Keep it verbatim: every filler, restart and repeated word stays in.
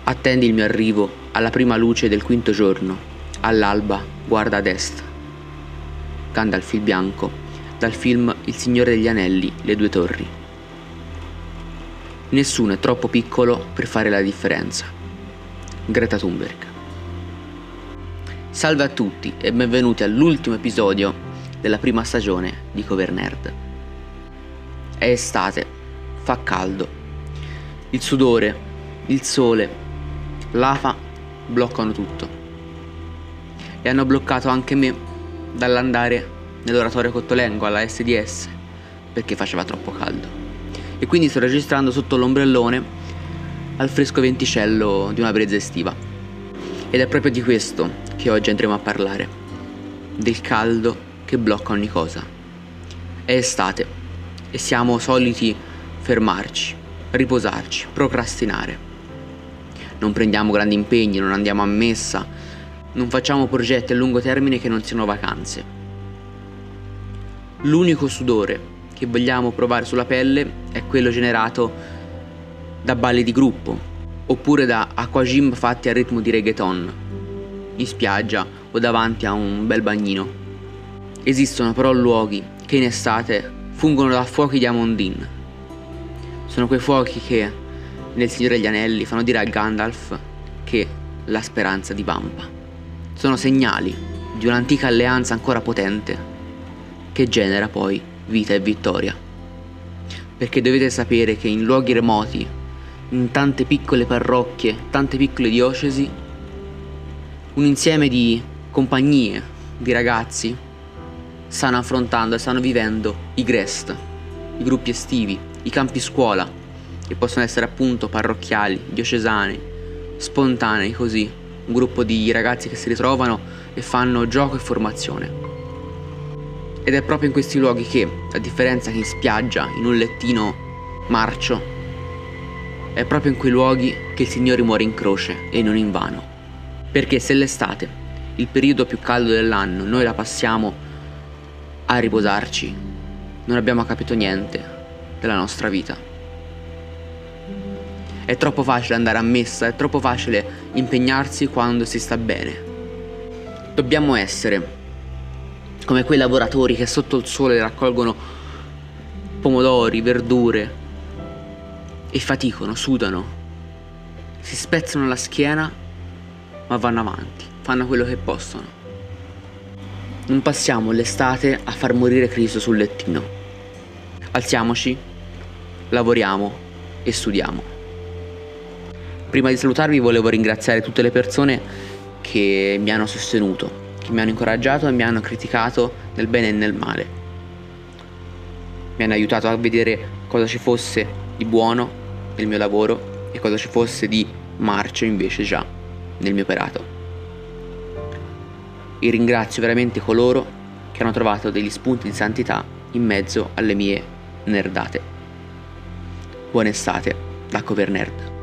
Attendi il mio arrivo alla prima luce del quinto giorno, all'alba guarda ad est. Gandalf il bianco, dal film Il Signore degli Anelli, Le due torri. Nessuno è troppo piccolo per fare la differenza. Greta Thunberg. Salve a tutti e benvenuti all'ultimo episodio della prima stagione di Cover Nerd. È estate, fa caldo. Il sudore, il sole, l'afa bloccano tutto. E hanno bloccato anche me dall'andare nell'oratorio Cottolengo alla S D S perché faceva troppo caldo. E quindi sto registrando sotto l'ombrellone al fresco venticello di una brezza estiva. Ed è proprio di questo che oggi andremo a parlare, del caldo che blocca ogni cosa. È estate e siamo soliti fermarci, riposarci, procrastinare. Non prendiamo grandi impegni, non andiamo a messa, non facciamo progetti a lungo termine che non siano vacanze. L'unico sudore che vogliamo provare sulla pelle è quello generato da balli di gruppo oppure da acquagym fatti al ritmo di reggaeton, in spiaggia o davanti a un bel bagnino. Esistono però luoghi che in estate fungono da fuochi di Amondin. Sono quei fuochi che nel Signore degli Anelli fanno dire a Gandalf che la speranza divampa. Sono segnali di un'antica alleanza ancora potente che genera poi vita e vittoria. Perché dovete sapere che in luoghi remoti, in tante piccole parrocchie, tante piccole diocesi, un insieme di compagnie, di ragazzi stanno affrontando e stanno vivendo i Grest, i gruppi estivi, i campi scuola, che possono essere appunto parrocchiali, diocesani, spontanei così, un gruppo di ragazzi che si ritrovano e fanno gioco e formazione. Ed è proprio in questi luoghi che, a differenza che in spiaggia, in un lettino marcio, è proprio in quei luoghi che il Signore muore in croce e non invano. Perché se l'estate, il periodo più caldo dell'anno, noi la passiamo a riposarci, non abbiamo capito niente della nostra vita. È troppo facile andare a messa, è troppo facile impegnarsi quando si sta bene. Dobbiamo essere come quei lavoratori che sotto il sole raccolgono pomodori, verdure e faticano, sudano, si spezzano la schiena ma vanno avanti, fanno quello che possono. Non passiamo l'estate a far morire Cristo sul lettino. Alziamoci, lavoriamo e studiamo. Prima di salutarvi volevo ringraziare tutte le persone che mi hanno sostenuto, che mi hanno incoraggiato e mi hanno criticato nel bene e nel male. Mi hanno aiutato a vedere cosa ci fosse di buono nel mio lavoro e cosa ci fosse di marcio invece già nel mio operato. E ringrazio veramente coloro che hanno trovato degli spunti di santità in mezzo alle mie nerdate. Buona estate da Cover Nerd.